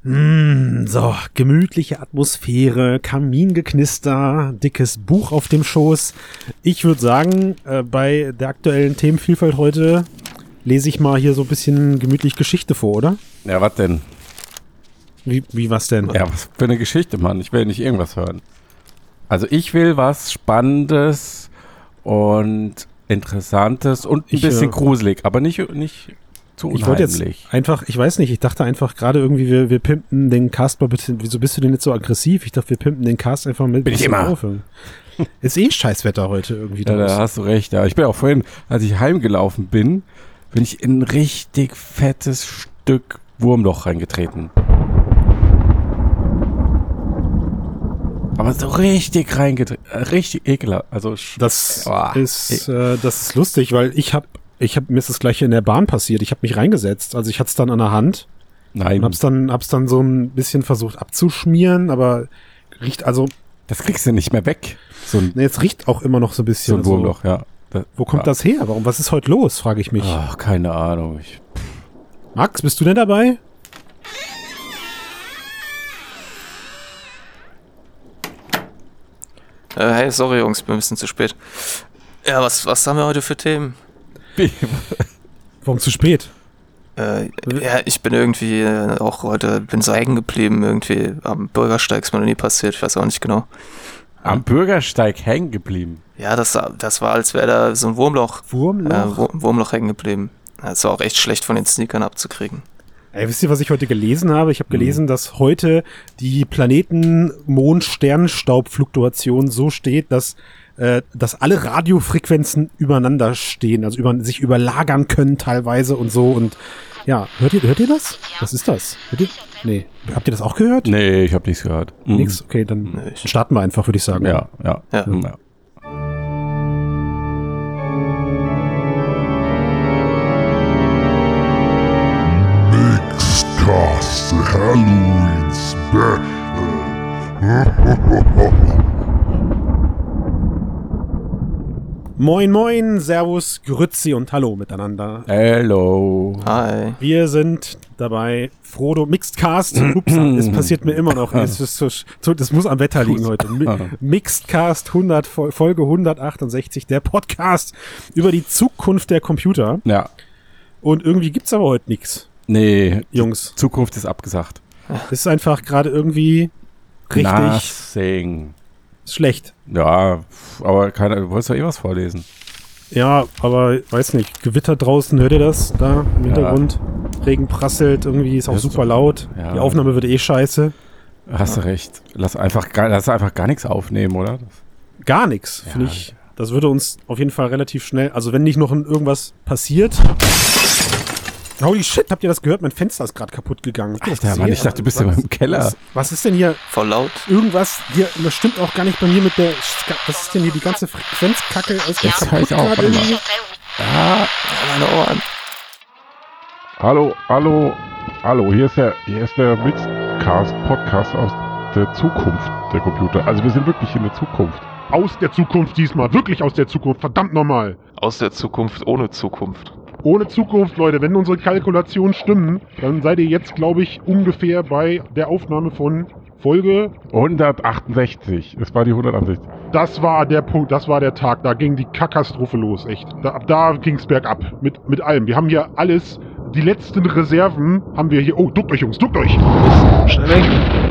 So, gemütliche Atmosphäre, Kamingeknister, dickes Buch auf dem Schoß. Ich würde sagen, bei der aktuellen Themenvielfalt heute lese ich mal hier so ein bisschen gemütlich Geschichte vor, oder? Ja, was denn? Wie was denn? Ja, was für eine Geschichte, Mann. Ich will nicht irgendwas hören. Also ich will was Spannendes und Interessantes und ein bisschen gruselig, aber nicht zu unheimlich. Ich wollte jetzt einfach, ich weiß nicht, ich dachte einfach gerade irgendwie, wir pimpen den Cast mal bitte, wieso bist du denn jetzt so aggressiv? Ich dachte, wir pimpen den Cast einfach mit. Bin ich immer. Auf. Ist Scheißwetter heute irgendwie. Ja, da hast du recht, ja. Ich bin auch vorhin, als ich heimgelaufen bin ich in ein richtig fettes Stück Wurmloch reingetreten. Aber so richtig reingetreten, richtig ekelhaft. Also das ist lustig, weil mir ist das Gleiche in der Bahn passiert. Ich habe mich reingesetzt, also ich hatte es dann an der Hand. Nein. Und hab's dann so ein bisschen versucht abzuschmieren, aber riecht also. Das kriegst du nicht mehr weg. Es riecht auch immer noch so ein bisschen. So ein Wurmloch, ja. Wo kommt das her? Was ist heute los, frage ich mich. Ach, keine Ahnung. Max, bist du denn dabei? Hey, sorry Jungs, ich bin ein bisschen zu spät. Ja, was haben wir heute für Themen? Warum zu spät? Ja, ich bin irgendwie auch heute, bin so hängen geblieben, irgendwie am Bürgersteig, ist mir noch nie passiert, ich weiß auch nicht genau. Am Bürgersteig hängen geblieben? Ja, das war, als wäre da so ein Wurmloch hängen geblieben. Das war auch echt schlecht von den Sneakern abzukriegen. Ey, wisst ihr, was ich heute gelesen habe? Ich habe gelesen, dass heute die Planeten-Mond-Sternstaub-Fluktuation so steht, dass alle Radiofrequenzen übereinander stehen, also sich überlagern können teilweise und so. Und ja, hört ihr das? Was ist das? Nee. Habt ihr das auch gehört? Nee, ich habe nichts gehört. Nix? Okay, dann starten wir einfach, würde ich sagen. Ja. Mixcast, the Halloween Special. Moin, moin, servus, grüezi und hallo miteinander. Hello. Hi. Wir sind dabei, Frodo, Mixedcast. Ups, es passiert mir immer noch. Das muss am Wetter liegen heute. Mixedcast Folge 168, der Podcast über die Zukunft der Computer. Ja. Und irgendwie gibt's aber heute nichts. Nee, Jungs. Zukunft ist abgesagt. Es ist einfach gerade irgendwie richtig Nothing. Schlecht. Ja, aber du wolltest doch was vorlesen. Ja, aber weiß nicht, Gewitter draußen, hört ihr das da im Hintergrund? Regen prasselt, irgendwie ist auch super laut. Ja. Die Aufnahme wird scheiße. Hast du recht. Lass einfach gar nichts aufnehmen, oder? Gar nichts, finde ich. Das würde uns auf jeden Fall relativ schnell, also wenn nicht noch irgendwas passiert. Holy shit, habt ihr das gehört? Mein Fenster ist gerade kaputt gegangen. Alter, Mann, ich dachte, du bist ja im Keller. Was ist denn hier? Voll laut. Irgendwas, hier, das stimmt auch gar nicht bei mir mit der, was ist denn hier, die ganze Frequenzkacke? Ist jetzt kaputt ich auch, warte mal. Ja, meine Ohren. Hallo, hier ist der Mixcast-Podcast aus der Zukunft der Computer. Also wir sind wirklich in der Zukunft. Aus der Zukunft diesmal, wirklich aus der Zukunft, verdammt nochmal. Aus der Zukunft ohne Zukunft. Ohne Zukunft, Leute, wenn unsere Kalkulationen stimmen, dann seid ihr jetzt, glaube ich, ungefähr bei der Aufnahme von Folge 168. Es war die 168. Das war der Punkt, das war der Tag, da ging die Katastrophe los, echt. Da ging es bergab, mit allem. Wir haben hier alles, die letzten Reserven haben wir hier. Oh, duckt euch, Jungs, duckt euch! Schnell weg!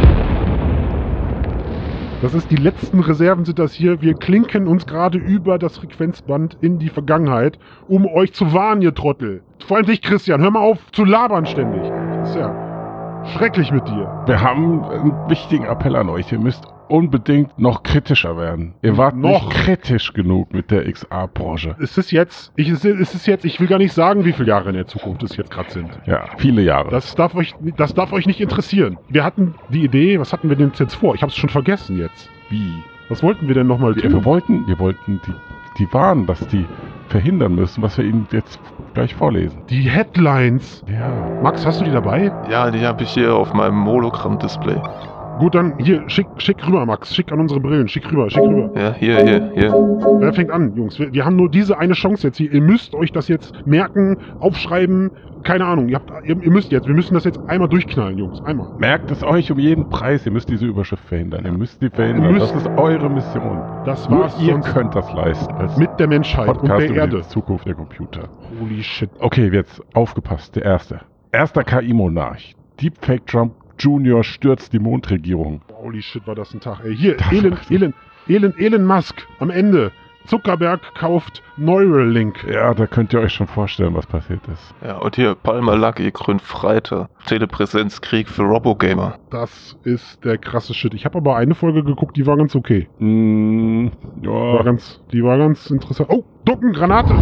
Das ist die letzten Reserven sind das hier. Wir klinken uns gerade über das Frequenzband in die Vergangenheit, um euch zu warnen, ihr Trottel. Vor allem dich, Christian. Hör mal auf zu labern ständig. Das ist ja schrecklich mit dir. Wir haben einen wichtigen Appell an euch. Ihr müsst unbedingt noch kritischer werden. Ihr wart nicht kritisch genug mit der XA-Branche. Ich will gar nicht sagen, wie viele Jahre in der Zukunft es jetzt gerade sind. Ja, viele Jahre. Das darf euch nicht interessieren. Wir hatten die Idee, was hatten wir denn jetzt vor? Ich habe es schon vergessen jetzt. Wie? Was wollten wir denn nochmal tun? Wir wollten die warnen, dass die verhindern müssen, was wir ihnen jetzt gleich vorlesen. Die Headlines. Ja. Max, hast du die dabei? Ja, die habe ich hier auf meinem Hologramm-Display. Gut, dann hier, schick rüber, Max. Schick an unsere Brillen. Schick rüber. Ja, hier. Wer fängt an, Jungs? Wir haben nur diese eine Chance jetzt hier. Ihr müsst euch das jetzt merken, aufschreiben. Keine Ahnung. Wir müssen das jetzt einmal durchknallen, Jungs. Einmal. Merkt es euch um jeden Preis. Ihr müsst diese Überschrift verhindern. Ihr müsst die verhindern. Das ist eure Mission. Das Nur war's. ihr sonst könnt das leisten. Als mit der Menschheit Podcast und der über Erde. die Zukunft der Computer. Holy shit. Okay, jetzt aufgepasst. Der erste. Erster KI-Monarch. Deepfake Trump Jr. stürzt die Mondregierung. Holy shit, war das ein Tag. Ey, hier, Elon Musk am Ende. Zuckerberg kauft Neuralink. Ja, da könnt ihr euch schon vorstellen, was passiert ist. Ja, und hier, Palmer Lucky gründet Freitag. Telepräsenzkrieg für Robogamer. Das ist der krasse Shit. Ich habe aber eine Folge geguckt, die war ganz okay. Ja. Die war ganz interessant. Oh, Ducken, Granate.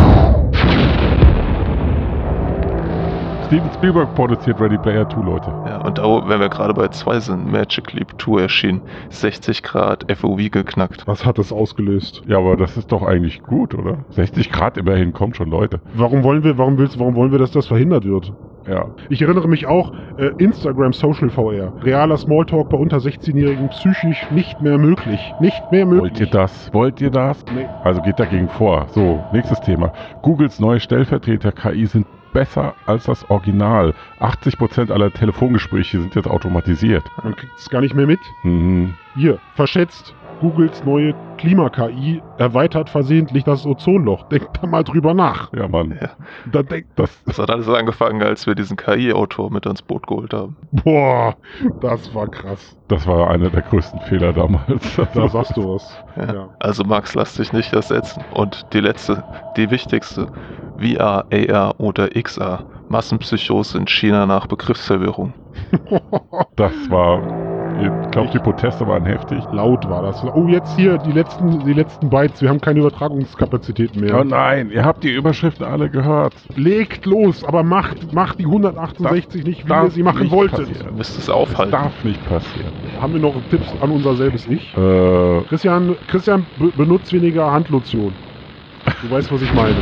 Steven Spielberg produziert Ready Player 2, Leute. Ja, und da, wenn wir gerade bei 2 sind, Magic Leap 2 erschienen. 60 Grad FOV geknackt. Was hat das ausgelöst? Ja, aber das ist doch eigentlich gut, oder? 60 Grad immerhin, kommt schon, Leute. Warum wollen wir, dass das verhindert wird? Ja. Ich erinnere mich auch, Instagram Social VR. Realer Smalltalk bei unter 16-Jährigen psychisch nicht mehr möglich. Nicht mehr möglich. Wollt ihr das? Nee. Also geht dagegen vor. So, nächstes Thema. Googles neue Stellvertreter-KI sind besser als das Original. 80% aller Telefongespräche sind jetzt automatisiert. Man kriegt es gar nicht mehr mit. Hier, verschätzt. Googles neue Klima-KI erweitert versehentlich das Ozonloch. Denkt da mal drüber nach. Ja, Mann. Ja. Das Das hat alles angefangen, als wir diesen KI-Autor mit ans Boot geholt haben. Boah, das war krass. das war einer der größten Fehler damals. Da sagst du was. Ja. Ja. Also Max, lass dich nicht ersetzen. Und die letzte, die wichtigste, VR, AR oder XR, Massenpsychose in China nach Begriffsverwirrung. Das war, ich glaube, die Proteste waren heftig. Laut war das. Oh, jetzt hier die letzten Bytes. Wir haben keine Übertragungskapazitäten mehr. Oh nein, ihr habt die Überschriften alle gehört. Legt los, aber macht die 168 nicht, wie ihr sie machen nicht wolltet. passieren. Du müsstest es Das aufhalten. darf nicht passieren. Haben wir noch Tipps an unser selbes Ich? Äh, Christian, benutzt weniger Handlotion. Du weißt, was ich meine.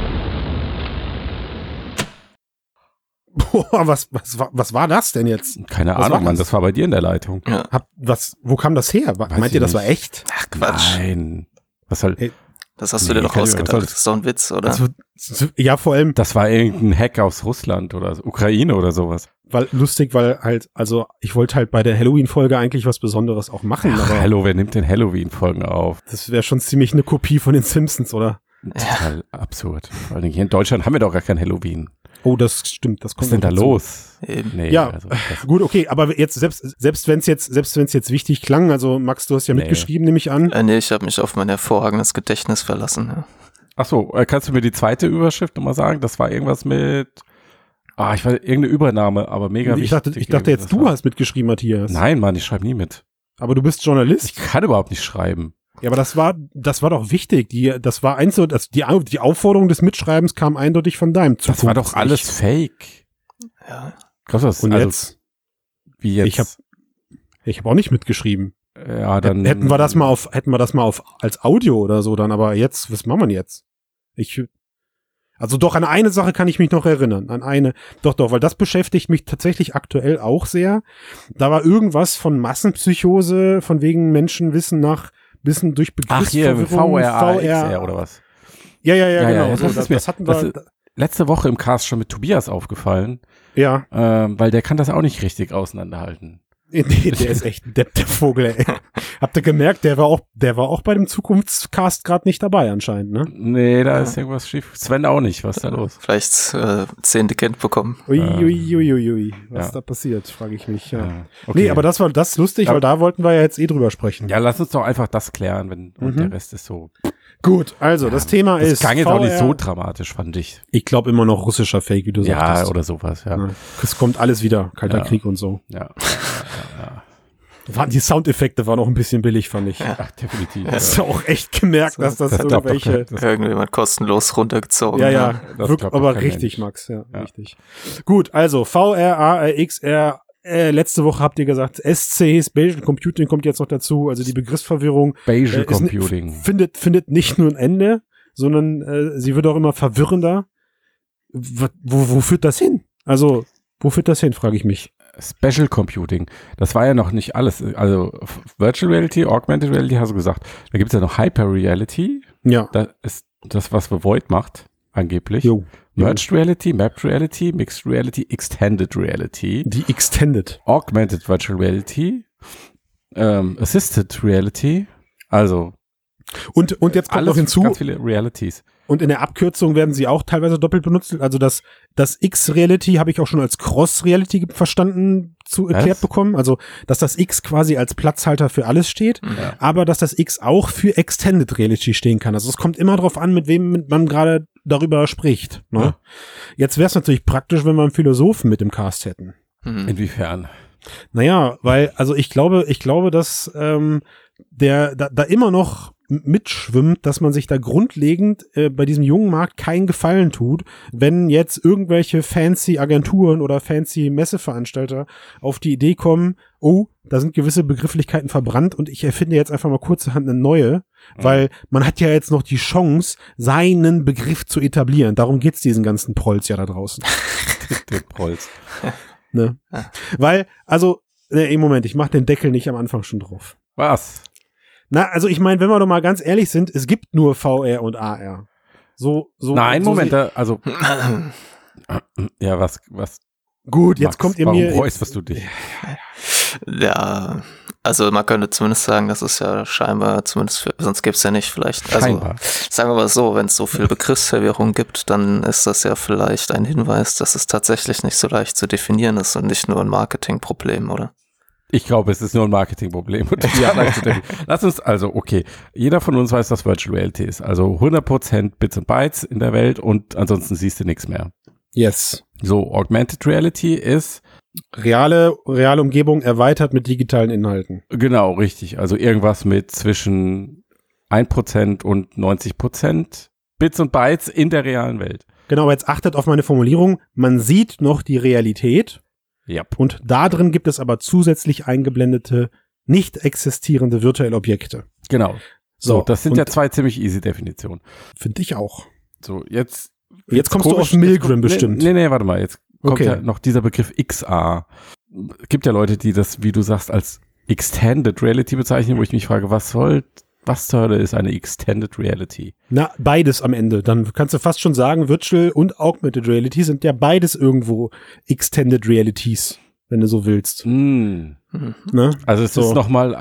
Boah, was war das denn jetzt? Keine Was war Ahnung, Mann, das? das war bei dir in der Leitung. Ja. Wo kam das her? Weiß Meint ich ihr, das nicht. war echt? Ach Quatsch. Nein. Was soll, Hey, Das hast du dir Nee, doch kann ich- was ausgedacht. soll Das ist doch ein Witz, oder? Also, ja, vor allem, das war irgendein Hack aus Russland oder Ukraine oder sowas. weil halt, also ich wollte halt bei der Halloween-Folge eigentlich was Besonderes auch machen, Ach, aber hallo, wer nimmt denn Halloween-Folgen auf? das wäre schon ziemlich eine Kopie von den Simpsons, oder? Total absurd. Vor allem hier in Deutschland haben wir doch gar kein Halloween. Oh, das stimmt, das Was kommt ist denn da noch dazu. los? Eben. Nee, Ja, also das, Gut, okay, aber jetzt, selbst wenn es jetzt wichtig klang, also Max, du hast ja Nee. mitgeschrieben, nehme ich an. Nee, ich habe mich auf mein hervorragendes Gedächtnis verlassen. Ja. ach so, kannst du mir die zweite Überschrift nochmal sagen? Das war irgendwas mit, ich weiß, irgendeine Übernahme, aber mega Ich dachte wichtig. jetzt, Das du war- hast mitgeschrieben, Matthias. Nein, Mann, ich schreibe nie mit. Aber du bist Journalist. Ich kann überhaupt nicht schreiben. Ja, aber das war doch wichtig. Die Aufforderung des Mitschreibens kam eindeutig von deinem Das war doch Zukunfts-Ich. alles fake. Ja. Glaubst du das? Und Also, jetzt? wie jetzt? Ich habe auch nicht mitgeschrieben. ja, dann Hätten wir das mal auf als Audio oder so dann, aber jetzt, was machen wir jetzt? Also doch, an eine Sache kann ich mich noch erinnern. Doch, weil das beschäftigt mich tatsächlich aktuell auch sehr. Da war irgendwas von Massenpsychose, von wegen Menschen wissen durch Ach hier, Begriffsverwirrung, VR oder was? Ja, Ja, genau. ja, So, das hatten wir. das ist letzte Woche im Cast schon mit Tobias aufgefallen, Ja. weil der kann das auch nicht richtig auseinanderhalten. Nee, der ist echt der Vogel, ey. Habt ihr gemerkt, der war auch bei dem Zukunftscast gerade nicht dabei anscheinend, ne? Nee, da ist irgendwas schief. Sven auch nicht, was ist da los? Vielleicht 10. Kind bekommen. Ui. Was Ja. da passiert, frage ich mich, ja. Okay. Nee, aber das war das lustig, Aber- weil da wollten wir ja jetzt drüber sprechen. Ja, lass uns doch einfach das klären, und Mhm. der Rest ist so. Gut, also das Thema Das ist klang jetzt auch nicht VR. so dramatisch, fand ich. Ich glaube immer noch russischer Fake, wie du Ja, sagtest. oder sowas, ja. Ja. Es kommt alles wieder, Kalter Ja. Krieg und so. Ja, Die Soundeffekte waren auch ein bisschen billig, fand ich. Ach, definitiv. Hast du auch echt gemerkt, dass das Das glaubt doch irgendwelche... kein- Irgendjemand kostenlos runtergezogen. Ja, das wirklich, glaubt aber doch kein richtig, Mensch. Max, ja, Ja. richtig. Gut, also VR, AR, XR, letzte Woche habt ihr gesagt, SC, Spatial Computing kommt jetzt noch dazu, also die Begriffsverwirrung Spatial ist Computing. findet nicht nur ein Ende, sondern sie wird auch immer verwirrender. Wo führt das hin? Also, wo führt das hin, frage ich mich. Special Computing, das war ja noch nicht alles. Also Virtual Reality, Augmented Reality, hast du gesagt. Da gibt es ja noch Hyper Reality. Ja. Das ist das, was Void macht, angeblich. Jo. Merged Reality, Mapped Reality, Mixed Reality, Extended Reality. Die Extended. Augmented Virtual Reality, Assisted Reality, also Und jetzt kommt noch hinzu, ganz viele Realities. und in der Abkürzung werden sie auch teilweise doppelt benutzt. Also das X-Reality habe ich auch schon als Cross-Reality verstanden erklärt bekommen. Also, dass das X quasi als Platzhalter für alles steht, aber dass das X auch für Extended Reality stehen kann. Also es kommt immer drauf an, mit wem man gerade darüber spricht. Ne? Ja. Jetzt wäre es natürlich praktisch, wenn wir einen Philosophen mit im Cast hätten. Inwiefern? Naja, weil, also ich glaube, dass der da immer noch mitschwimmt, dass man sich da grundlegend bei diesem jungen Markt keinen Gefallen tut, wenn jetzt irgendwelche fancy Agenturen oder fancy Messeveranstalter auf die Idee kommen, oh, da sind gewisse Begrifflichkeiten verbrannt und ich erfinde jetzt einfach mal kurzerhand eine neue, weil man hat ja jetzt noch die Chance, seinen Begriff zu etablieren. Darum geht's diesen ganzen Prolls ja da draußen. Der Prolls. Ne? Weil, also, im Moment, ich mach den Deckel nicht am Anfang schon drauf. Was? Na, also ich meine, wenn wir doch mal ganz ehrlich sind, es gibt nur VR und AR. Nein, Moment, also ja, was? Gut, jetzt Max, kommt ihr warum mir. räusperst du dich? Ja, also man könnte zumindest sagen, das ist ja scheinbar, zumindest sonst gäbe es ja nicht vielleicht, also Scheinbar. sagen wir mal so, wenn es so viel Begriffsverwirrung gibt, dann ist das ja vielleicht ein Hinweis, dass es tatsächlich nicht so leicht zu definieren ist und nicht nur ein Marketingproblem, oder? Ich glaube, es ist nur ein Marketingproblem. Lass uns also, okay, jeder von uns weiß, was Virtual Reality ist. Also 100% Bits und Bytes in der Welt und ansonsten siehst du nichts mehr. Yes. So, Augmented Reality ist Reale Umgebung erweitert mit digitalen Inhalten. genau, richtig. Also irgendwas mit zwischen 1% und 90% Bits und Bytes in der realen Welt. Genau, aber jetzt achtet auf meine Formulierung. Man sieht noch die Realität. Ja. Und da drin gibt es aber zusätzlich eingeblendete, nicht existierende virtuelle Objekte. Genau. So, das sind und ja zwei ziemlich easy Definitionen. Finde ich auch. So, jetzt kommst du auf Milgram bestimmt. Nee, warte mal, jetzt kommt Okay. ja noch dieser Begriff XR. Gibt ja Leute, die das, wie du sagst, als Extended Reality bezeichnen, wo ich mich frage, was zur Hölle ist eine Extended Reality? Na, beides am Ende. Dann kannst du fast schon sagen, Virtual und Augmented Reality sind ja beides irgendwo Extended Realities, wenn du so willst. Ne? Also es So. ist nochmal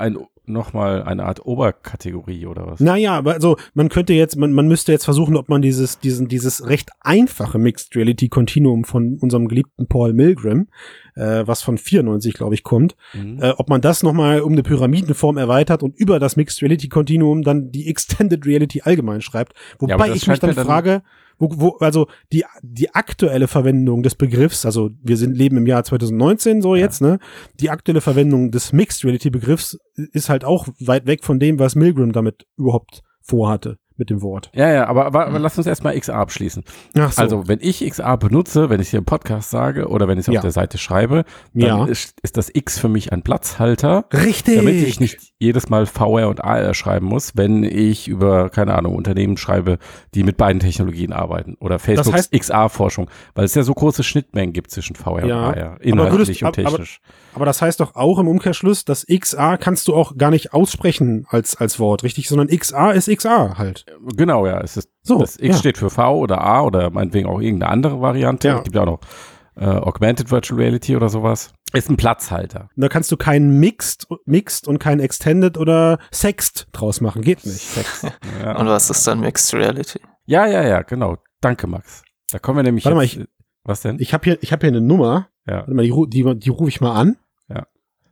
eine Art Oberkategorie oder was? Naja, aber also man könnte jetzt, man müsste jetzt versuchen, ob man dieses recht einfache Mixed Reality Continuum von unserem geliebten Paul Milgram, was von 94, glaube ich, kommt, ob man das nochmal um eine Pyramidenform erweitert und über das Mixed Reality Continuum dann die Extended Reality allgemein schreibt. Ja, aber Wobei das ich mich scheint dann mir frage, also die aktuelle Verwendung des Begriffs, also wir leben im Jahr 2019 so jetzt, ne? Die aktuelle Verwendung des Mixed Reality Begriffs ist halt auch weit weg von dem, was Milgram damit überhaupt vorhatte mit dem Wort. Ja, aber lass uns erstmal XR abschließen. Ach so. Also, wenn ich XR benutze, wenn ich hier im Podcast sage oder wenn ich es Ja. auf der Seite schreibe, dann Ja. ist das X für mich ein Platzhalter, Richtig. damit ich nicht jedes Mal VR und AR schreiben muss, wenn ich über, keine Ahnung, Unternehmen schreibe, die mit beiden Technologien arbeiten oder Facebooks Das heißt- XR-Forschung, weil es ja so große Schnittmengen gibt zwischen VR Ja. und AR, inhaltlich und aber- technisch. Aber das heißt doch auch im Umkehrschluss, dass XR kannst du auch gar nicht aussprechen als Wort, richtig? Sondern XR ist XR halt. Genau, ja. Es ist, So, das X ja. steht für V oder A oder meinetwegen auch irgendeine andere Variante. Ja. Es gibt ja auch noch Augmented Virtual Reality oder sowas. Ist ein Platzhalter. Und da kannst du keinen Mixed und keinen Extended oder Sext draus machen. Geht nicht. Ja, Und was ist dann Mixed Reality? ja, genau. Danke, Max. Da kommen wir nämlich Warte mal, jetzt, was denn? Ich habe hier eine Nummer. Ja. Warte mal, die rufe ich mal an. Ja.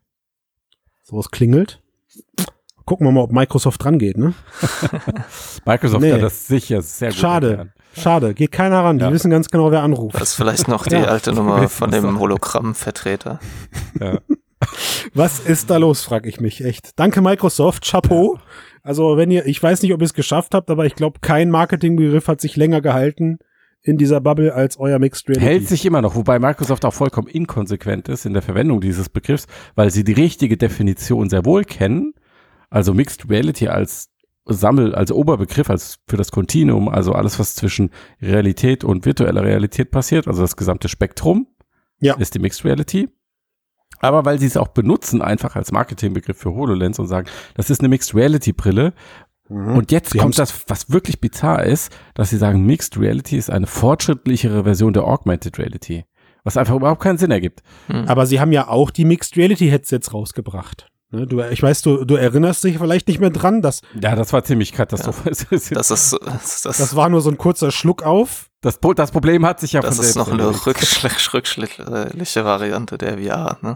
So, es klingelt. Gucken wir mal, ob Microsoft dran geht, ne? Microsoft Nee. hat das sicher sehr gut erklären. Schade. Geht keiner ran. Die Ja. wissen ganz genau, wer anruft. Das ist vielleicht noch die Ja. alte Nummer von dem Hologrammvertreter. Ja. Was ist da los, frage ich mich echt. Danke Microsoft, Chapeau. Also ich weiß nicht, ob ihr es geschafft habt, aber ich glaube, kein Marketingbegriff hat sich länger gehalten in dieser Bubble als euer Mixed Reality. Hält sich immer noch, wobei Microsoft auch vollkommen inkonsequent ist in der Verwendung dieses Begriffs, weil sie die richtige Definition sehr wohl kennen. Also Mixed Reality als Oberbegriff, als für das Kontinuum, also alles, was zwischen Realität und virtueller Realität passiert, also das gesamte Spektrum, Ja. ist die Mixed Reality. Aber weil sie es auch benutzen, einfach als Marketingbegriff für HoloLens und sagen, das ist eine Mixed Reality Brille. Und jetzt kommt das, was wirklich bizarr ist, dass sie sagen, Mixed Reality ist eine fortschrittlichere Version der Augmented Reality. Was einfach überhaupt keinen Sinn ergibt. Aber sie haben ja auch die Mixed Reality Headsets rausgebracht. Ne, ich weiß, du erinnerst dich vielleicht nicht mehr dran, dass. Ja, das war ziemlich katastrophal. Ja, das war nur so ein kurzer Schluck auf. Das Problem hat sich ja das von ist noch eine rückschrittliche Variante der VR, ne?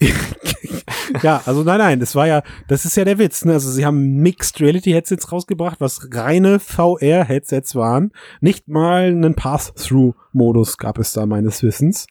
Ja, also nein, das ist ja der Witz, ne? Also sie haben Mixed Reality Headsets rausgebracht, was reine VR Headsets waren. Nicht mal einen Pass-Through-Modus gab es da meines Wissens.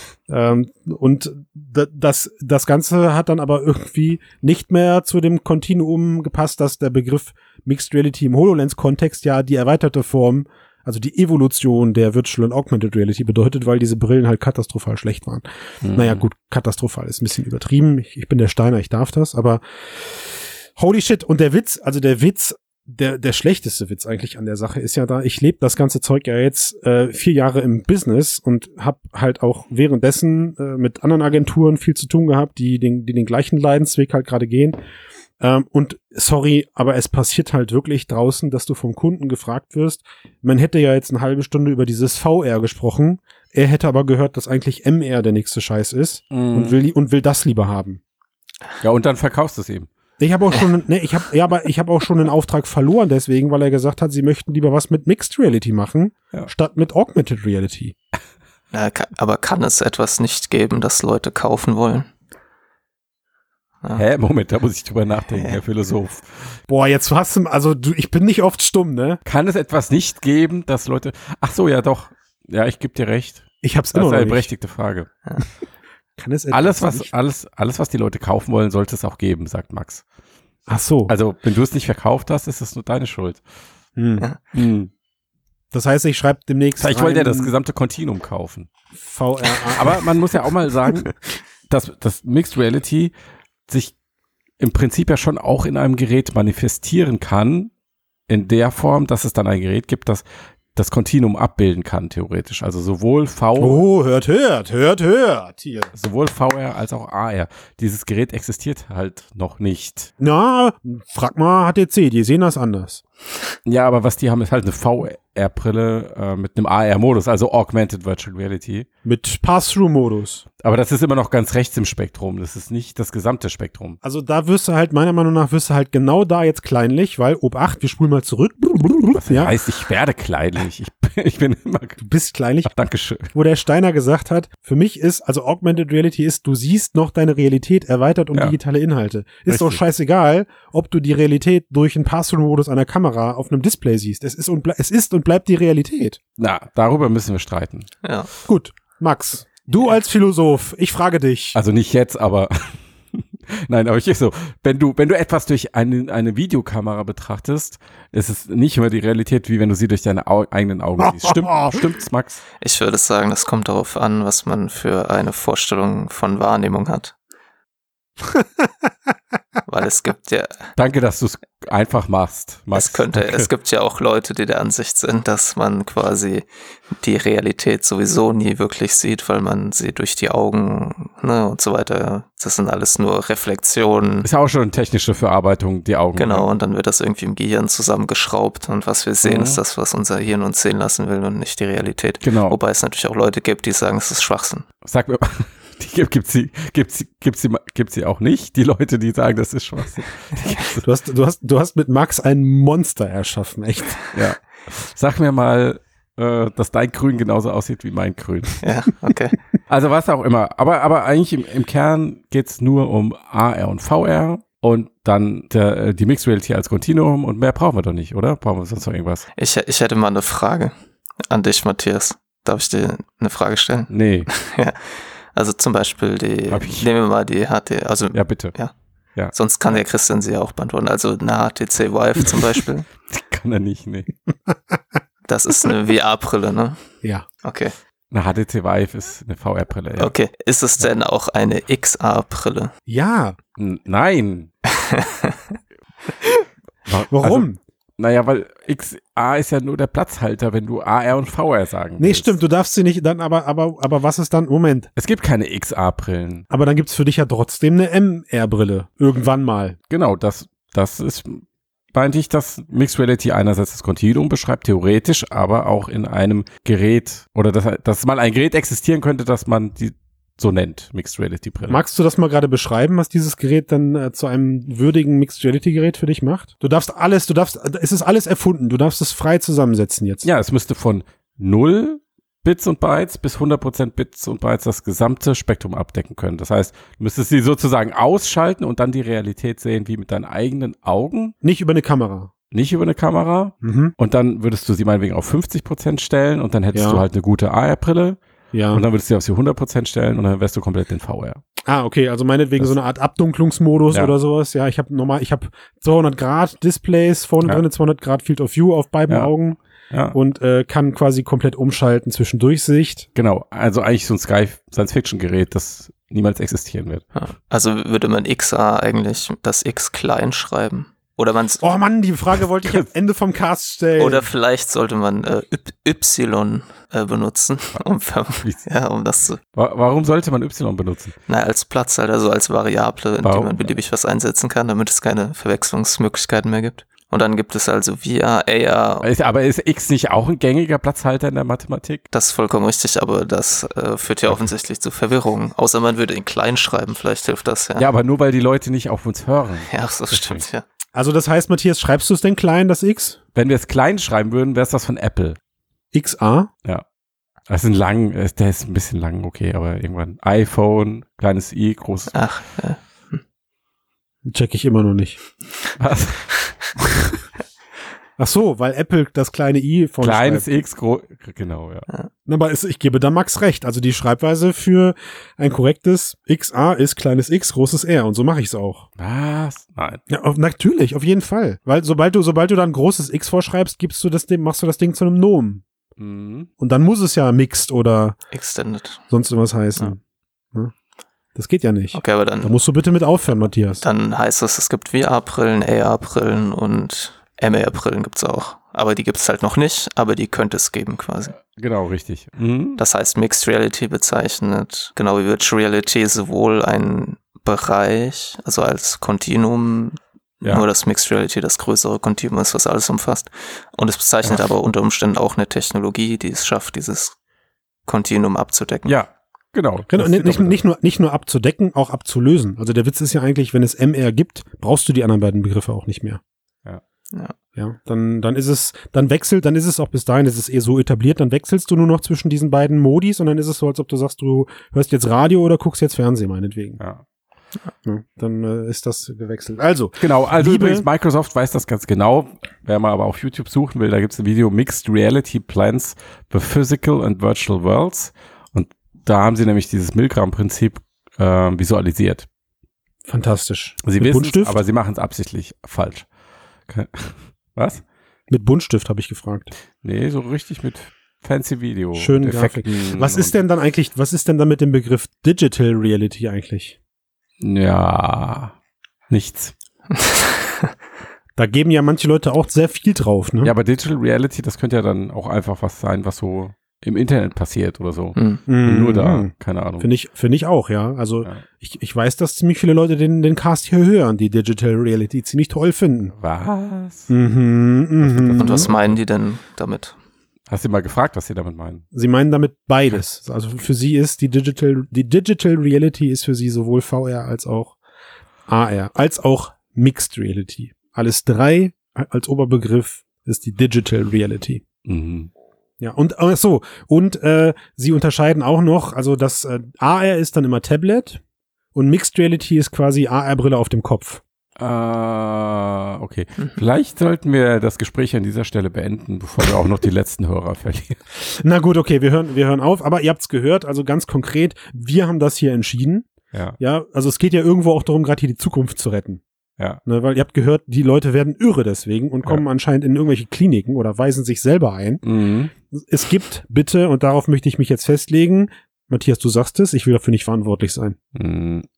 Und das Ganze hat dann aber irgendwie nicht mehr zu dem Kontinuum gepasst, dass der Begriff Mixed Reality im HoloLens-Kontext ja die erweiterte Form, also die Evolution der Virtual und Augmented Reality bedeutet, weil diese Brillen halt katastrophal schlecht waren. Naja, gut, katastrophal ist ein bisschen übertrieben. Ich bin der Steiner, ich darf das, aber holy shit. Und der Witz, der schlechteste Witz eigentlich an der Sache ist ja da, ich lebe das ganze Zeug ja jetzt 4 Jahre im Business und habe halt auch währenddessen mit anderen Agenturen viel zu tun gehabt, die den gleichen Leidensweg halt gerade gehen. Und sorry, aber es passiert halt wirklich draußen, dass du vom Kunden gefragt wirst, man hätte ja jetzt eine halbe Stunde über dieses VR gesprochen, er hätte aber gehört, dass eigentlich MR der nächste Scheiß ist und will das lieber haben. Ja, und dann verkaufst du es eben. Ich habe auch schon, ich habe auch schon einen Auftrag verloren deswegen, weil er gesagt hat, sie möchten lieber was mit Mixed Reality machen, statt mit Augmented Reality. Ja, aber kann es etwas nicht geben, das Leute kaufen wollen? Ja. Hä? Moment, da muss ich drüber nachdenken, Herr Philosoph. Boah, jetzt hast du, ich bin nicht oft stumm, ne? Kann es etwas nicht geben, dass Leute, ach so, ja doch, ja, ich gebe dir recht. Ich hab's immer noch nicht. Das ist eine berechtigte Frage. Ja. Kann es alles, was die Leute kaufen wollen, sollte es auch geben, sagt Max. Ach so. Also, wenn du es nicht verkauft hast, ist es nur deine Schuld. Das heißt, ich schreibe demnächst ich wollte ja das gesamte Kontinuum kaufen. VR. Aber man muss ja auch mal sagen, dass das Mixed Reality sich im Prinzip ja schon auch in einem Gerät manifestieren kann, in der Form, dass es dann ein Gerät gibt, das das Kontinuum abbilden kann, theoretisch. Also sowohl hört hier. Sowohl VR als auch AR. Dieses Gerät existiert halt noch nicht. Na, frag mal HTC, die sehen das anders. Ja, aber was die haben, ist halt eine VR-Brille mit einem AR-Modus, also Augmented Virtual Reality. Mit Pass-Through-Modus. Aber das ist immer noch ganz rechts im Spektrum. Das ist nicht das gesamte Spektrum. Also da wirst du halt, meiner Meinung nach, genau da jetzt kleinlich, weil, Obacht, wir spulen mal zurück. Was heißt, ich werde kleinlich. Ich bin immer... Du bist kleinlich. Ach, Dankeschön. Wo der Steiner gesagt hat, für mich ist, also Augmented Reality ist, du siehst noch deine Realität erweitert um digitale Inhalte. Ist doch scheißegal, ob du die Realität durch einen Pass-Through-Modus einer Kamera auf einem Display siehst. Es ist und bleibt die Realität. Na, darüber müssen wir streiten. Ja. Gut, Max, du als Philosoph, ich frage dich. Also nicht jetzt, aber nein, aber ich so, wenn du etwas durch eine Videokamera betrachtest, ist es nicht immer die Realität, wie wenn du sie durch deine eigenen Augen siehst. Stimmt's, Max? Ich würde sagen, das kommt darauf an, was man für eine Vorstellung von Wahrnehmung hat. Weil es gibt ja... Danke, dass du es einfach machst, Max. Es gibt ja auch Leute, die der Ansicht sind, dass man quasi die Realität sowieso nie wirklich sieht, weil man sie durch die Augen, ne, und so weiter, das sind alles nur Reflexionen. Ist ja auch schon eine technische Verarbeitung, die Augen. Genau, und dann wird das irgendwie im Gehirn zusammengeschraubt und was wir sehen, ist das, was unser Hirn uns sehen lassen will und nicht die Realität. Genau. Wobei es natürlich auch Leute gibt, die sagen, es ist Schwachsinn. Sag mir, gibt's sie auch nicht, die Leute, die sagen, das ist Schwachsinn. Du hast mit Max ein Monster erschaffen, echt. Ja. Sag mir mal, dass dein Grün genauso aussieht wie mein Grün. Ja, okay. Also was auch immer. Aber eigentlich im Kern geht's nur um AR und VR und dann die Mixed Reality als Kontinuum und mehr brauchen wir doch nicht, oder? Brauchen wir sonst noch irgendwas? Ich hätte mal eine Frage an dich, Matthias. Darf ich dir eine Frage stellen? Nee. Ja. Also zum Beispiel nehmen wir mal die HTC, also. Ja, bitte. Ja. Sonst kann der Christian sie ja auch beantworten. Also eine HTC Vive zum Beispiel. Kann er nicht, nee. Das ist eine VR-Brille, ne? Ja. Okay. Eine HTC Vive ist eine VR-Brille, ja. Okay. Ist es denn auch eine XR-Brille? Ja. Nein. Warum? Naja, weil XA ist ja nur der Platzhalter, wenn du AR und VR sagen willst. Nee, stimmt, du darfst sie nicht, dann aber was ist dann, Moment. Es gibt keine XA-Brillen. Aber dann gibt's für dich ja trotzdem eine MR-Brille. Irgendwann mal. Genau, das ist, meinte ich, dass Mixed Reality einerseits das Kontinuum beschreibt, theoretisch, aber auch in einem Gerät, oder dass mal ein Gerät existieren könnte, dass man die so nennt, Mixed Reality Brille. Magst du das mal gerade beschreiben, was dieses Gerät dann zu einem würdigen Mixed Reality Gerät für dich macht? Es ist alles erfunden, du darfst es frei zusammensetzen jetzt. Ja, es müsste von 0 Bits und Bytes bis 100% Bits und Bytes das gesamte Spektrum abdecken können. Das heißt, du müsstest sie sozusagen ausschalten und dann die Realität sehen, wie mit deinen eigenen Augen. Nicht über eine Kamera. Nicht über eine Kamera. Mhm. Und dann würdest du sie meinetwegen auf 50% stellen und dann hättest du halt eine gute AR-Brille. Ja. Und dann würdest du sie auf 100% stellen und dann wärst du komplett in VR. Ah, okay, also meinetwegen so eine Art Abdunklungsmodus oder sowas. Ja, ich habe 200 Grad Displays vorne drin, 200 Grad Field of View auf beiden Augen. Ja. Und kann quasi komplett umschalten zwischen Durchsicht. Genau, also eigentlich so ein Science-Fiction-Gerät, das niemals existieren wird. Ja. Also würde man XA eigentlich das X klein schreiben? Oder man's Oh Mann, die Frage wollte ich am Ende vom Cast stellen. Oder vielleicht sollte man Y benutzen, um das zu... Warum sollte man Y benutzen? Als Platz, also als Variable, in die man beliebig was einsetzen kann, damit es keine Verwechslungsmöglichkeiten mehr gibt. Und dann gibt es also VR, AR. Aber ist X nicht auch ein gängiger Platzhalter in der Mathematik? Das ist vollkommen richtig, aber das führt ja offensichtlich zu Verwirrung. Außer man würde ihn klein schreiben, vielleicht hilft das, ja. Ja, aber nur weil die Leute nicht auf uns hören. Ja, das stimmt, ja. Also das heißt, Matthias, schreibst du es denn klein, das X? Wenn wir es klein schreiben würden, wäre es das von Apple. XA? Ja. Das ist der ist ein bisschen lang, okay, aber irgendwann iPhone, kleines I, großes. Ach, ja. Check ich immer noch nicht. Was? Ach so, weil Apple das kleine I von kleines X, genau, ja. Aber ich gebe da Max recht. Also die Schreibweise für ein korrektes XA ist kleines X, großes R. Und so mache ich es auch. Was? Nein. Ja, natürlich, auf jeden Fall. Weil sobald du da ein großes X vorschreibst, machst du das Ding zu einem Nomen. Mhm. Und dann muss es ja mixed oder Extended sonst irgendwas heißen. Ja. Das geht ja nicht. Okay, aber dann... Da musst du bitte mit aufhören, Matthias. Dann heißt es gibt VR-Brillen, AR-Brillen und MR-Brillen gibt's auch. Aber die gibt's halt noch nicht, aber die könnte es geben quasi. Genau, richtig. Mhm. Das heißt, Mixed Reality bezeichnet, genau wie Virtual Reality, sowohl einen Bereich, also als Kontinuum, nur dass Mixed Reality das größere Kontinuum ist, was alles umfasst. Und es bezeichnet aber unter Umständen auch eine Technologie, die es schafft, dieses Kontinuum abzudecken. Ja, genau. Nicht nur abzudecken, auch abzulösen. Also der Witz ist ja eigentlich, wenn es MR gibt, brauchst du die anderen beiden Begriffe auch nicht mehr. Ja, dann ist es auch bis dahin, ist es eher so etabliert, dann wechselst du nur noch zwischen diesen beiden Modis und dann ist es so, als ob du sagst, du hörst jetzt Radio oder guckst jetzt Fernsehen, meinetwegen. Ja, dann ist das gewechselt. Also übrigens, Microsoft weiß das ganz genau. Wer mal aber auf YouTube suchen will, da gibt es ein Video Mixed Reality Plans for Physical and Virtual Worlds. Und da haben sie nämlich dieses Milgram-Prinzip visualisiert. Fantastisch. Sie wissen es, aber sie machen es absichtlich falsch. Was? Mit Buntstift habe ich gefragt. Nee, so richtig mit fancy Video. Schöne Grafik. Was ist denn dann mit dem Begriff Digital Reality eigentlich? Ja, nichts. Da geben ja manche Leute auch sehr viel drauf, ne? Ja, aber Digital Reality, das könnte ja dann auch einfach was sein, was so im Internet passiert oder so. Nur da, keine Ahnung. Finde ich auch, ja. Also ich weiß, dass ziemlich viele Leute den Cast hier hören, die Digital Reality ziemlich toll finden. Was? Und was meinen die denn damit? Hast du mal gefragt, was sie damit meinen? Sie meinen damit beides. Also für sie ist die Digital Reality ist für sie sowohl VR als auch AR, als auch Mixed Reality. Alles drei als Oberbegriff ist die Digital Reality. Mhm. Ja, und sie unterscheiden auch noch, also das AR ist dann immer Tablet und Mixed Reality ist quasi AR-Brille auf dem Kopf. Okay. Vielleicht sollten wir das Gespräch an dieser Stelle beenden, bevor wir auch noch die letzten Hörer verlieren. Na gut, okay, wir hören auf, aber ihr habt's gehört, also ganz konkret, wir haben das hier entschieden. Ja, also es geht ja irgendwo auch darum, gerade hier die Zukunft zu retten. Ja. Ne, weil ihr habt gehört, die Leute werden irre deswegen und kommen anscheinend in irgendwelche Kliniken oder weisen sich selber ein. Mhm. Es gibt bitte, und darauf möchte ich mich jetzt festlegen, Matthias, du sagst es, ich will dafür nicht verantwortlich sein.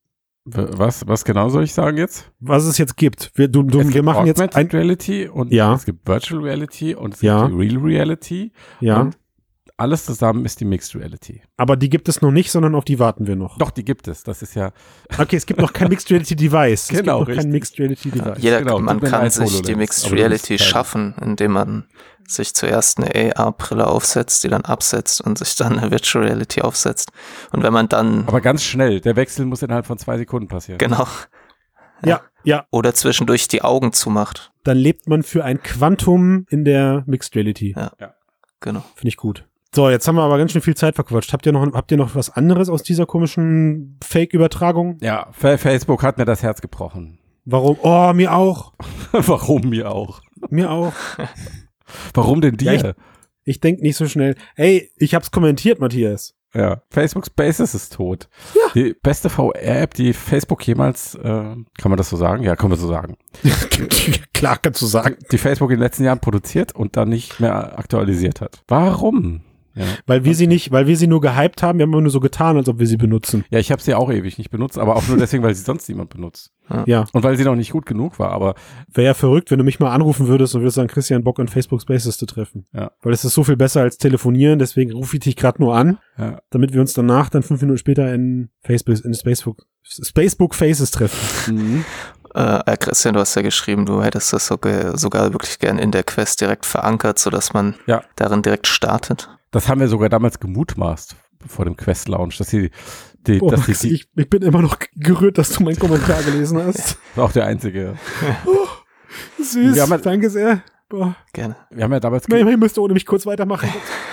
Was genau soll ich sagen jetzt? Was es jetzt gibt. Wir machen jetzt Augmented Reality und es gibt Virtual Reality und es gibt die Real Reality. Ja. Und alles zusammen ist die Mixed Reality. Aber die gibt es noch nicht, sondern auf die warten wir noch. Doch, die gibt es. Das ist ja. Okay, es gibt noch kein Mixed Reality Device. Genau, es gibt noch kein Mixed Reality Device. Man kann sich die Mixed Reality schaffen, indem man sich zuerst eine AR-Brille aufsetzt, die dann absetzt und sich dann eine Virtual Reality aufsetzt. Und wenn man dann... Aber ganz schnell. Der Wechsel muss innerhalb von 2 Sekunden passieren. Genau. Ja. Oder zwischendurch die Augen zumacht. Dann lebt man für ein Quantum in der Mixed Reality. Ja. Genau. Finde ich gut. So, jetzt haben wir aber ganz schön viel Zeit verquatscht. Habt ihr noch was anderes aus dieser komischen Fake-Übertragung? Ja, Facebook hat mir das Herz gebrochen. Warum? Oh, mir auch. Warum mir auch? Mir auch. Warum denn dir? Ja, ich denke nicht so schnell. Ey, ich hab's kommentiert, Matthias. Ja, Facebook Spaces ist tot. Ja. Die beste VR-App, die Facebook jemals, kann man das so sagen? Ja, kann man so sagen. Klar, kannst du sagen. Die Facebook in den letzten Jahren produziert und dann nicht mehr aktualisiert hat. Warum? Ja. Weil wir sie nur gehypt haben, wir haben immer nur so getan, als ob wir sie benutzen. Ja, ich habe sie auch ewig nicht benutzt, aber auch nur deswegen, weil sie sonst niemand benutzt. Ja. Und weil sie noch nicht gut genug war, aber... Wäre ja verrückt, wenn du mich mal anrufen würdest und würdest sagen, Christian, Bock in Facebook Spaces zu treffen. Ja. Weil es ist so viel besser als telefonieren, deswegen rufe ich dich gerade nur an, damit wir uns danach dann 5 Minuten später in Facebook Faces treffen. Mhm. Christian, du hast ja geschrieben, du hättest das sogar wirklich gern in der Quest direkt verankert, sodass man darin direkt startet. Das haben wir sogar damals gemutmaßt vor dem Quest-Launch, dass ich bin immer noch gerührt, dass du meinen Kommentar gelesen hast. Auch der einzige. Süß, danke sehr. Boah. Gerne. Wir haben ja damals ich müsste ohne mich kurz weitermachen.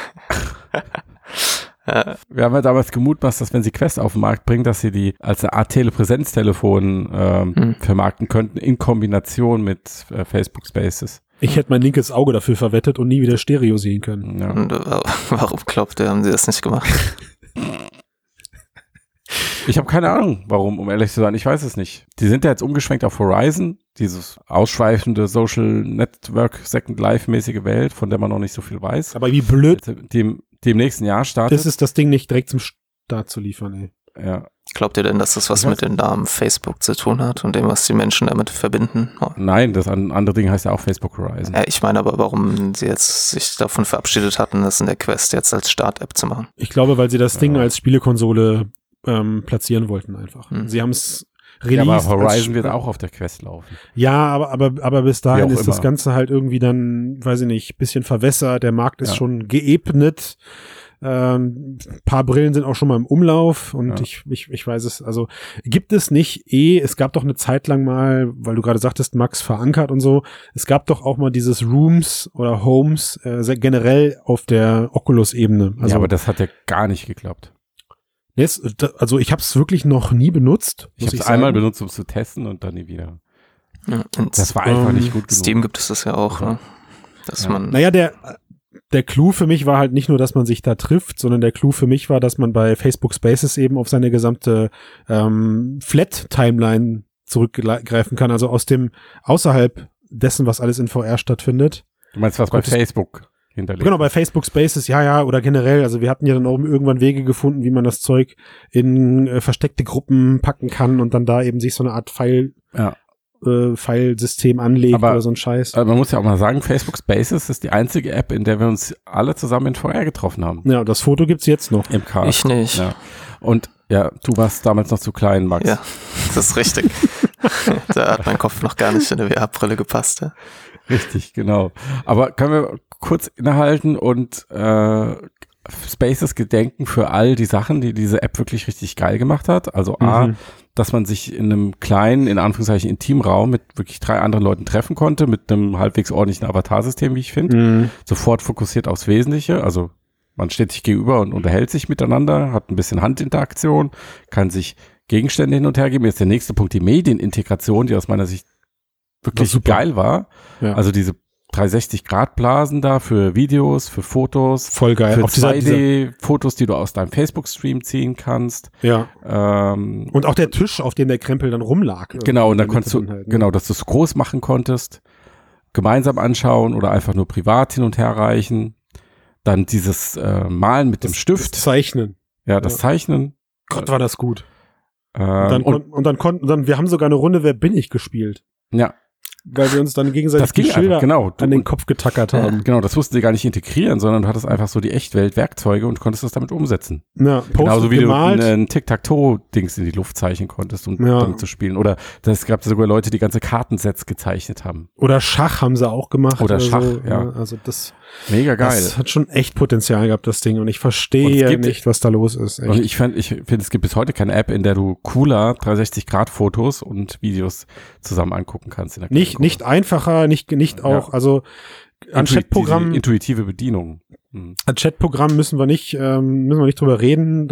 Wir haben ja damals gemutmaßt, dass wenn sie Quest auf den Markt bringen, dass sie die als eine Art Telepräsenztelefon vermarkten könnten in Kombination mit Facebook Spaces. Ich hätte mein linkes Auge dafür verwettet und nie wieder Stereo sehen können. Ja. Und warum glaubt ihr, haben sie das nicht gemacht? Ich habe keine Ahnung, warum, um ehrlich zu sein. Ich weiß es nicht. Die sind ja jetzt umgeschwenkt auf Horizon, dieses ausschweifende Social Network Second Life-mäßige Welt, von der man noch nicht so viel weiß. Aber wie blöd. Die im nächsten Jahr startet. Das ist das Ding nicht direkt zum Start zu liefern, ey. Ja. Glaubt ihr denn, dass das was mit dem Namen Facebook zu tun hat und dem, was die Menschen damit verbinden? Oh. Nein, das andere Ding heißt ja auch Facebook Horizon. Ich meine aber, warum sie jetzt sich davon verabschiedet hatten, das in der Quest jetzt als Start-App zu machen. Ich glaube, weil sie das Ding als Spielekonsole platzieren wollten einfach. Sie haben es released. Ja, aber Horizon wird auch auf der Quest laufen. Ja, aber bis dahin ist das Ganze halt irgendwie dann, weiß ich nicht, bisschen verwässert. Der Markt ist schon geebnet. Paar Brillen sind auch schon mal im Umlauf und ich weiß es, also gibt es nicht es gab doch eine Zeit lang mal, weil du gerade sagtest, Max verankert und so, es gab doch auch mal dieses Rooms oder Homes generell auf der Oculus-Ebene. Also, ja, aber das hat ja gar nicht geklappt. Also ich habe es wirklich noch nie benutzt. Ich habe es einmal benutzt, um es zu testen und dann nie wieder. Ja, das war einfach nicht gut genug. Steam gibt es das ja auch, ne? Dass man. Naja, der Clou für mich war halt nicht nur, dass man sich da trifft, sondern der Clou für mich war, dass man bei Facebook Spaces eben auf seine gesamte Flat-Timeline zurückgreifen kann, also außerhalb dessen, was alles in VR stattfindet. Du meinst, was bei Facebook hinterlegt? Genau, bei Facebook Spaces, ja, oder generell, also wir hatten ja dann auch irgendwann Wege gefunden, wie man das Zeug in versteckte Gruppen packen kann und dann da eben sich so eine Art Filesystem anlegt oder so ein Scheiß. Aber man muss ja auch mal sagen, Facebook Spaces ist die einzige App, in der wir uns alle zusammen in VR getroffen haben. Ja, das Foto gibt's jetzt noch. Im Cast. Ich nicht. Ja. Und ja, du warst damals noch zu klein, Max. Ja, das ist richtig. Da hat mein Kopf noch gar nicht in eine VR-Brille gepasst. Ja. Richtig, genau. Aber können wir kurz innehalten und Spaces gedenken für all die Sachen, die diese App wirklich richtig geil gemacht hat. Also dass man sich in einem kleinen, in Anführungszeichen Intimraum mit wirklich 3 anderen Leuten treffen konnte, mit einem halbwegs ordentlichen Avatarsystem, wie ich finde. Sofort fokussiert aufs Wesentliche. Also man steht sich gegenüber und unterhält sich miteinander, hat ein bisschen Handinteraktion, kann sich Gegenstände hin und her geben. Jetzt der nächste Punkt, die Medienintegration, die aus meiner Sicht wirklich geil war. Ja. Also diese 360-Grad-Blasen da für Videos, für Fotos. Voll geil. Für 2D-Fotos, die du aus deinem Facebook-Stream ziehen kannst. Ja. Und auch der Tisch, auf dem der Krempel dann rumlag. Genau, und dann konntest du, dass du es groß machen konntest, gemeinsam anschauen oder einfach nur privat hin und her reichen. Dann dieses Malen mit dem Stift. Das Zeichnen. Ja, das Zeichnen. Gott, war das gut. Wir haben sogar eine Runde Wer bin ich gespielt. Ja. Weil wir uns dann gegenseitig die Schilder an den Kopf getackert haben. Genau, das mussten sie gar nicht integrieren, sondern du hattest einfach so die Echtwelt-Werkzeuge und konntest das damit umsetzen. Ja, genauso wie gemalt. du ein Tic-Tac-Toe-Dings in die Luft zeichnen konntest, um damit zu spielen. Oder es gab sogar Leute, die ganze Kartensets gezeichnet haben. Oder Schach haben sie auch gemacht. Oder Schach, so. ja. Also das mega geil. Das hat schon echt Potenzial gehabt, das Ding. Und ich verstehe nicht, was da los ist. Echt. Und ich finde, es gibt bis heute keine App, in der du cooler 360-Grad-Fotos und Videos zusammen angucken kannst. In der nicht einfacher, nicht auch, also an Chatprogrammen. Intuitive Bedienung. An Chatprogrammen müssen wir nicht drüber reden.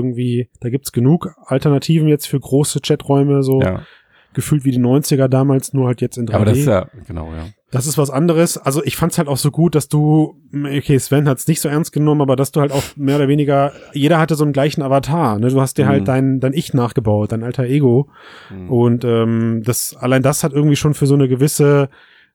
Da gibt's genug Alternativen jetzt für große Chaträume, so gefühlt wie die 90er damals, nur halt jetzt in 3D. Aber das ist genau. Das ist was anderes. Also ich fand's halt auch so gut, dass okay, Sven hat's nicht so ernst genommen, aber dass du halt auch mehr oder weniger, jeder hatte so einen gleichen Avatar, ne? Du hast dir halt dein Ich nachgebaut, dein alter Ego. Und allein das hat irgendwie schon für so eine gewisse,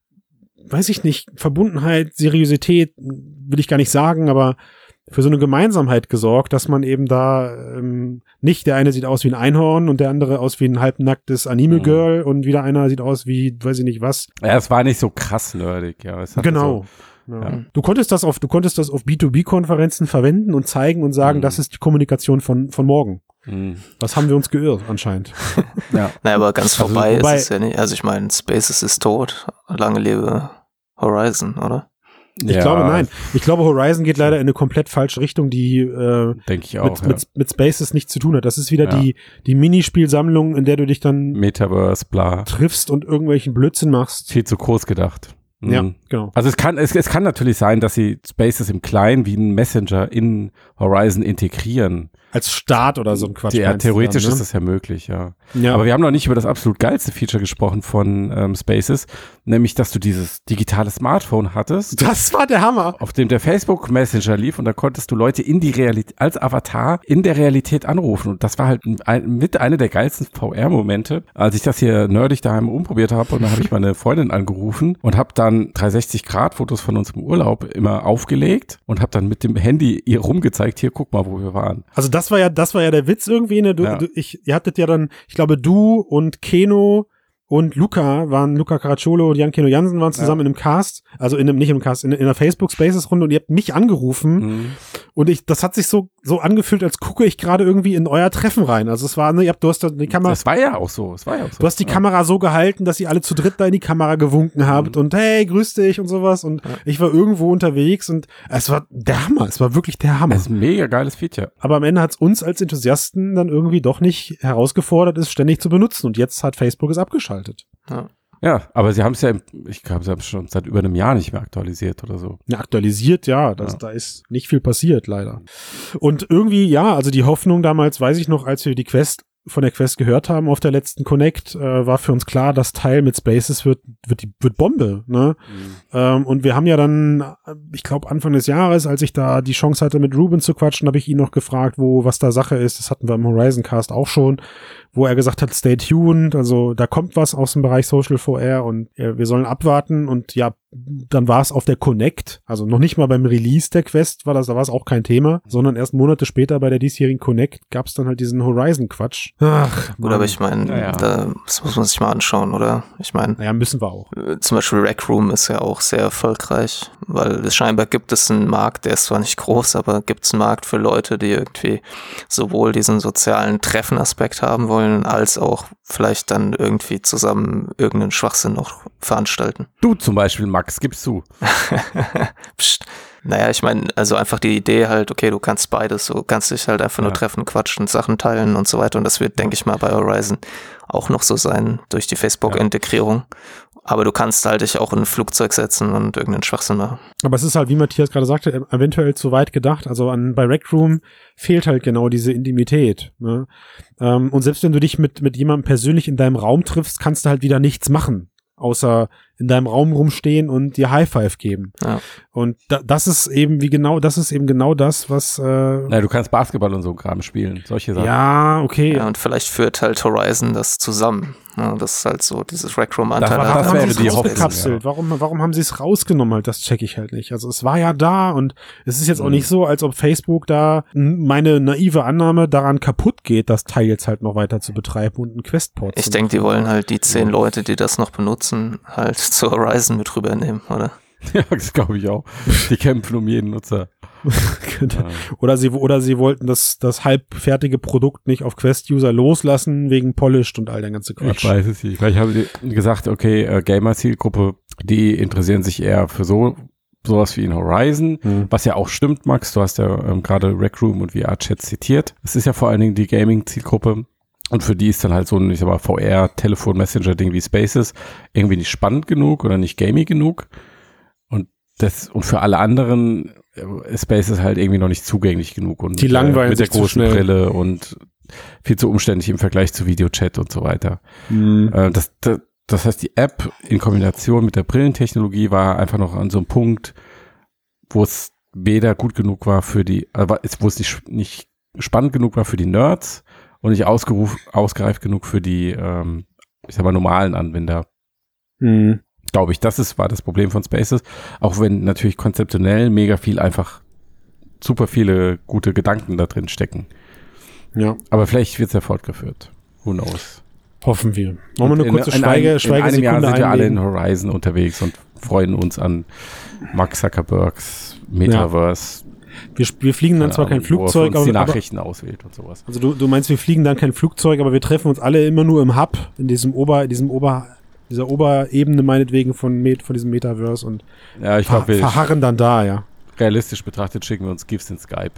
weiß ich nicht, Verbundenheit, Seriosität, will ich gar nicht sagen, aber für so eine Gemeinsamkeit gesorgt, dass man eben da nicht, der eine sieht aus wie ein Einhorn und der andere aus wie ein halbnacktes Anime-Girl und wieder einer sieht aus wie, weiß ich nicht was. Ja, es war nicht so krass nerdig, ja. Genau. So, ja. Du konntest das auf B2B-Konferenzen verwenden und zeigen und sagen, das ist die Kommunikation von morgen. Was haben wir uns geirrt, anscheinend. Ja. Naja, aber ganz vorbei ist es ja nicht. Also ich meine, Spaces ist tot. Lange lebe Horizon, oder? Ich glaube, nein. Ich glaube, Horizon geht leider in eine komplett falsche Richtung, die denke ich auch, mit Spaces nichts zu tun hat. Das ist wieder die Minispielsammlung, in der du dich dann Metaverse, bla, triffst und irgendwelchen Blödsinn machst. Viel zu groß gedacht. Ja, genau. Also es kann natürlich sein, dass sie Spaces im Kleinen wie ein Messenger in Horizon integrieren. Als Start oder so ein Quatsch. Ja, theoretisch ist das ja möglich, ja. Aber wir haben noch nicht über das absolut geilste Feature gesprochen von Spaces, nämlich, dass du dieses digitale Smartphone hattest. Das war der Hammer. Auf dem der Facebook Messenger lief und da konntest du Leute in die Realität, als Avatar in der Realität anrufen. Und das war halt mit einer der geilsten VR-Momente, als ich das hier nerdig daheim umprobiert habe. Und da habe ich meine Freundin angerufen und habe dann 360-Grad-Fotos von uns im Urlaub immer aufgelegt und habe dann mit dem Handy ihr rumgezeigt, hier, guck mal, wo wir waren. Also das war ja der Witz irgendwie, ne? Ihr hattet ja dann, ich glaube, du und Keno und Luca Caracciolo und Jan Keno Jansen waren zusammen in einem Cast, also in einer Facebook Spaces Runde und ihr habt mich angerufen und das hat sich so angefühlt, als gucke ich gerade irgendwie in euer Treffen rein. Also es war, ne, du hast die Kamera. Das war ja auch so. Du hast die Kamera so gehalten, dass ihr alle zu dritt da in die Kamera gewunken habt und hey, grüß dich und sowas und ich war irgendwo unterwegs und es war der Hammer. Es war wirklich der Hammer. Das ist ein mega geiles Feature. Aber am Ende hat's uns als Enthusiasten dann irgendwie doch nicht herausgefordert, es ständig zu benutzen und jetzt hat Facebook es abgeschaltet. Ja, aber sie haben es ja, ich glaube, sie haben es schon seit über einem Jahr nicht mehr aktualisiert oder so. Ja, aktualisiert, ja. Da ist nicht viel passiert, leider. Und irgendwie, also die Hoffnung damals, weiß ich noch, als wir von der Quest gehört haben auf der letzten Connect, war für uns klar, das Teil mit Spaces wird Bombe, ne? Und wir haben ja dann, ich glaube Anfang des Jahres, als ich da die Chance hatte, mit Ruben zu quatschen, habe ich ihn noch gefragt, was da Sache ist. Das hatten wir im Horizon Cast auch schon, wo er gesagt hat, stay tuned, also da kommt was aus dem Bereich Social VR und wir sollen abwarten und ja, dann war es auf der Connect, also noch nicht mal beim Release der Quest da war es auch kein Thema, sondern erst Monate später bei der diesjährigen Connect gab es dann halt diesen Horizon-Quatsch. Ach, gut, aber ich meine, das muss man sich mal anschauen, oder? Ich meine, müssen wir auch. Zum Beispiel Rec Room ist ja auch sehr erfolgreich, weil scheinbar gibt es einen Markt, der ist zwar nicht groß, aber gibt es einen Markt für Leute, die irgendwie sowohl diesen sozialen Treffenaspekt haben wollen, als auch vielleicht dann irgendwie zusammen irgendeinen Schwachsinn noch veranstalten. Du zum Beispiel, Max, gibst du. Psst. Naja, ich meine, also einfach die Idee halt, okay, du kannst beides, du kannst dich halt einfach nur treffen, quatschen, Sachen teilen und so weiter und das wird, denke ich mal, bei Horizon auch noch so sein, durch die Facebook-Integrierung. Aber du kannst halt dich auch in ein Flugzeug setzen und irgendeinen Schwachsinn machen. Aber es ist halt, wie Matthias gerade sagte, eventuell zu weit gedacht. Also bei Rec Room fehlt halt genau diese Intimität. Ne? Und selbst wenn du dich mit jemandem persönlich in deinem Raum triffst, kannst du halt wieder nichts machen. Außer in deinem Raum rumstehen und dir High Five geben. Ja. Und das ist eben genau das, was Na, du kannst Basketball und so Kram spielen, solche Sachen. ja, okay. Ja, und vielleicht führt halt Horizon das zusammen. Ja, das ist halt so dieses Rec Room-Anteil. Das Warum wäre haben sie die es Hoffnung, rausgekapselt? Warum haben sie es rausgenommen? Halt, das check ich halt nicht. Also es war ja da und es ist jetzt auch nicht so, als ob Facebook da meine naive Annahme daran kaputt geht, das Teil jetzt halt noch weiter zu betreiben und einen Questport Ich zu denke, die machen. wollen halt die 10 Leute, die das noch benutzen, halt zu Horizon mit rübernehmen, oder? Ja, das glaube ich auch. Die kämpfen um jeden Nutzer. Oder sie wollten das halbfertige Produkt nicht auf Quest-User loslassen, wegen Polished und all der ganze Quatsch. Ich weiß es nicht. Vielleicht haben die gesagt, okay, Gamer-Zielgruppe, die interessieren sich eher für sowas wie in Horizon, was ja auch stimmt, Max. Du hast ja gerade Rec Room und VR-Chat zitiert. Es ist ja vor allen Dingen die Gaming-Zielgruppe. Und für die ist dann halt so ein, ich sag mal, VR-Telefon-Messenger-Ding wie Spaces irgendwie nicht spannend genug oder nicht gamey genug. Und für alle anderen ist Spaces halt irgendwie noch nicht zugänglich genug. Und Die langweilen mit der sich zu großen schnell. Brille und viel zu umständlich im Vergleich zu Videochat und so weiter. Das heißt, die App in Kombination mit der Brillentechnologie war einfach noch an so einem Punkt, wo es weder gut genug war für die, wo es nicht spannend genug war für die Nerds und nicht ausgereift genug für die, ich sag mal, normalen Anwender. Glaube ich, war das Problem von Spaces. Auch wenn natürlich konzeptionell mega viel super viele gute Gedanken da drin stecken. Ja, Aber vielleicht wird es ja fortgeführt. Who knows? hoffen wir. Wollen wir eine kurze in einem Jahr Schweigesekunde sind wir alle in einlegen? Horizon unterwegs und freuen uns an Mark Zuckerbergs Metaverse. Wir fliegen dann zwar kein Flugzeug, wo er für uns die aber Nachrichten auswählt und sowas. also du meinst, wir fliegen dann kein Flugzeug, aber wir treffen uns alle immer nur im Hub, in dieser Oberebene meinetwegen von diesem Metaverse und Ja, ich glaube, verharren dann da, ja. realistisch betrachtet schicken wir uns GIFs in Skype.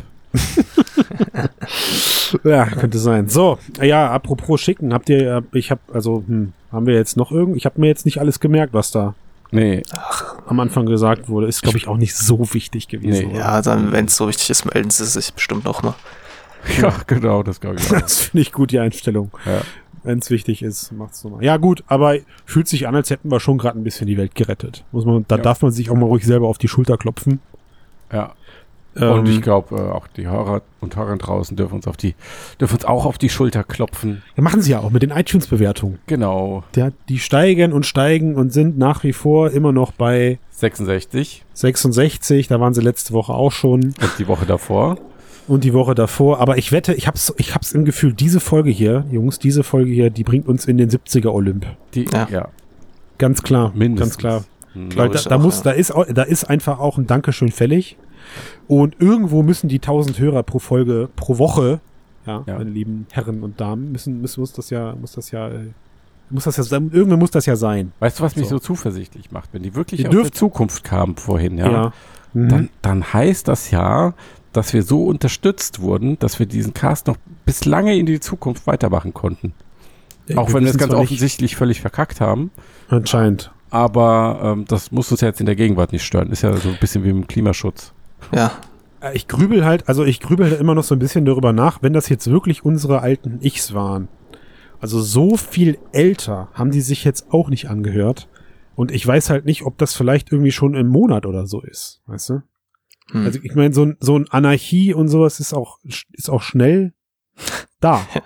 Ja, könnte sein. So, ja, apropos schicken, haben wir jetzt noch ich habe mir jetzt nicht alles gemerkt, was da Nee, am Anfang gesagt wurde. Ist, glaube ich, auch nicht so wichtig gewesen. Nee, oder? Ja, dann, wenn es so wichtig ist, melden sie sich bestimmt noch mal. ja, genau, das glaube ich auch. Das finde ich gut, die Einstellung. Ja. Wenn es wichtig ist, macht's nochmal. Ja, gut, aber fühlt sich an, als hätten wir schon gerade ein bisschen die Welt gerettet. Darf man sich auch mal ruhig selber auf die Schulter klopfen. Ja. Und ich glaube, auch die Hörer und Hörer draußen dürfen uns auch auf die Schulter klopfen. Ja, machen sie ja auch mit den iTunes-Bewertungen. Genau. Die steigen und sind nach wie vor immer noch bei 66 66. Da waren sie letzte Woche auch schon. und die Woche davor. Und die Woche davor. Aber ich wette, ich hab's im Gefühl, diese Folge hier, die bringt uns in den 70er Olymp. Ja. Ganz klar. Mindestens. Ganz klar. Mhm. Weil Glaub ich auch, da ist einfach auch ein Dankeschön fällig. Und irgendwo müssen die 1000 Hörer pro Folge, pro Woche, ja. Meine lieben Herren und Damen, muss das ja sein. Irgendwann muss das ja sein. Weißt du, was mich so zuversichtlich macht? Wenn die wirklich aus der Zukunft kamen vorhin, ja. Dann heißt das ja, dass wir so unterstützt wurden, dass wir diesen Cast noch bis lange in die Zukunft weitermachen konnten. Auch wenn wir es ganz offensichtlich völlig verkackt haben. Anscheinend. Aber das muss uns jetzt in der Gegenwart nicht stören. Ist ja so ein bisschen wie im Klimaschutz. Ja. Ich grübel halt immer noch so ein bisschen darüber nach, wenn das jetzt wirklich unsere alten Ichs waren. Also so viel älter haben die sich jetzt auch nicht angehört. Und ich weiß halt nicht, ob das vielleicht irgendwie schon im Monat oder so ist. Weißt du? Also ich meine, so ein Anarchie und sowas ist auch schnell da. Ja.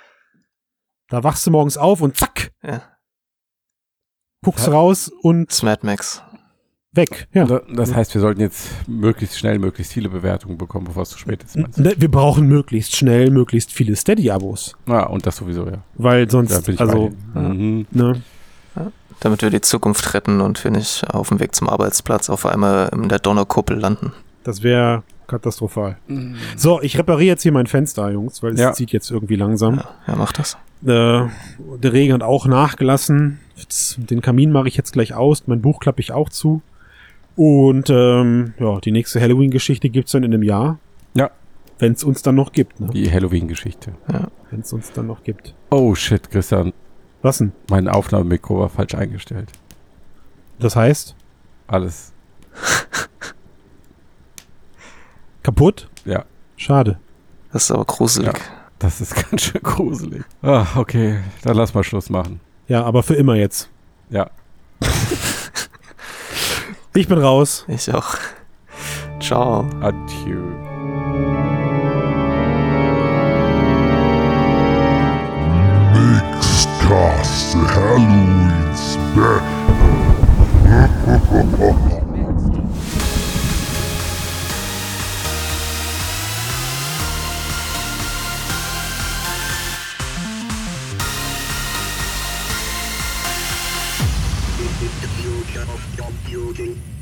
Da wachst du morgens auf und zack, Ja. guckst raus und Das ist Mad Max. weg. Ja. Das heißt, wir sollten jetzt möglichst schnell möglichst viele Bewertungen bekommen, bevor es zu spät ist. Meinst du? Wir brauchen möglichst schnell möglichst viele Steady-Abos. Und das sowieso, ja. Weil Da sonst, bin ich also, bei dir. Mhm. ne? Damit wir die Zukunft retten und wir nicht auf dem Weg zum Arbeitsplatz auf einmal in der Donnerkuppel landen. Das wäre katastrophal. So, ich repariere jetzt hier mein Fenster, Jungs, weil es zieht jetzt irgendwie langsam. Ja, mach das. Der Regen hat auch nachgelassen. Den Kamin mache ich jetzt gleich aus. Mein Buch klappe ich auch zu. Und die nächste Halloween-Geschichte gibt's dann in einem Jahr. Ja. Wenn es uns dann noch gibt. Ne? Die Halloween-Geschichte. Wenn es uns dann noch gibt. Oh shit, Christian. Was denn? Mein Aufnahmemikro war falsch eingestellt. Das heißt? Alles. Kaputt? Ja. Schade. Das ist aber gruselig. Ja. Das ist ganz schön gruselig. Okay, dann lass mal Schluss machen. Ja, aber für immer jetzt. Ja. Ich bin raus. Ich auch. Ciao. Adieu. Mixcast, the Halloween special. The future of computing.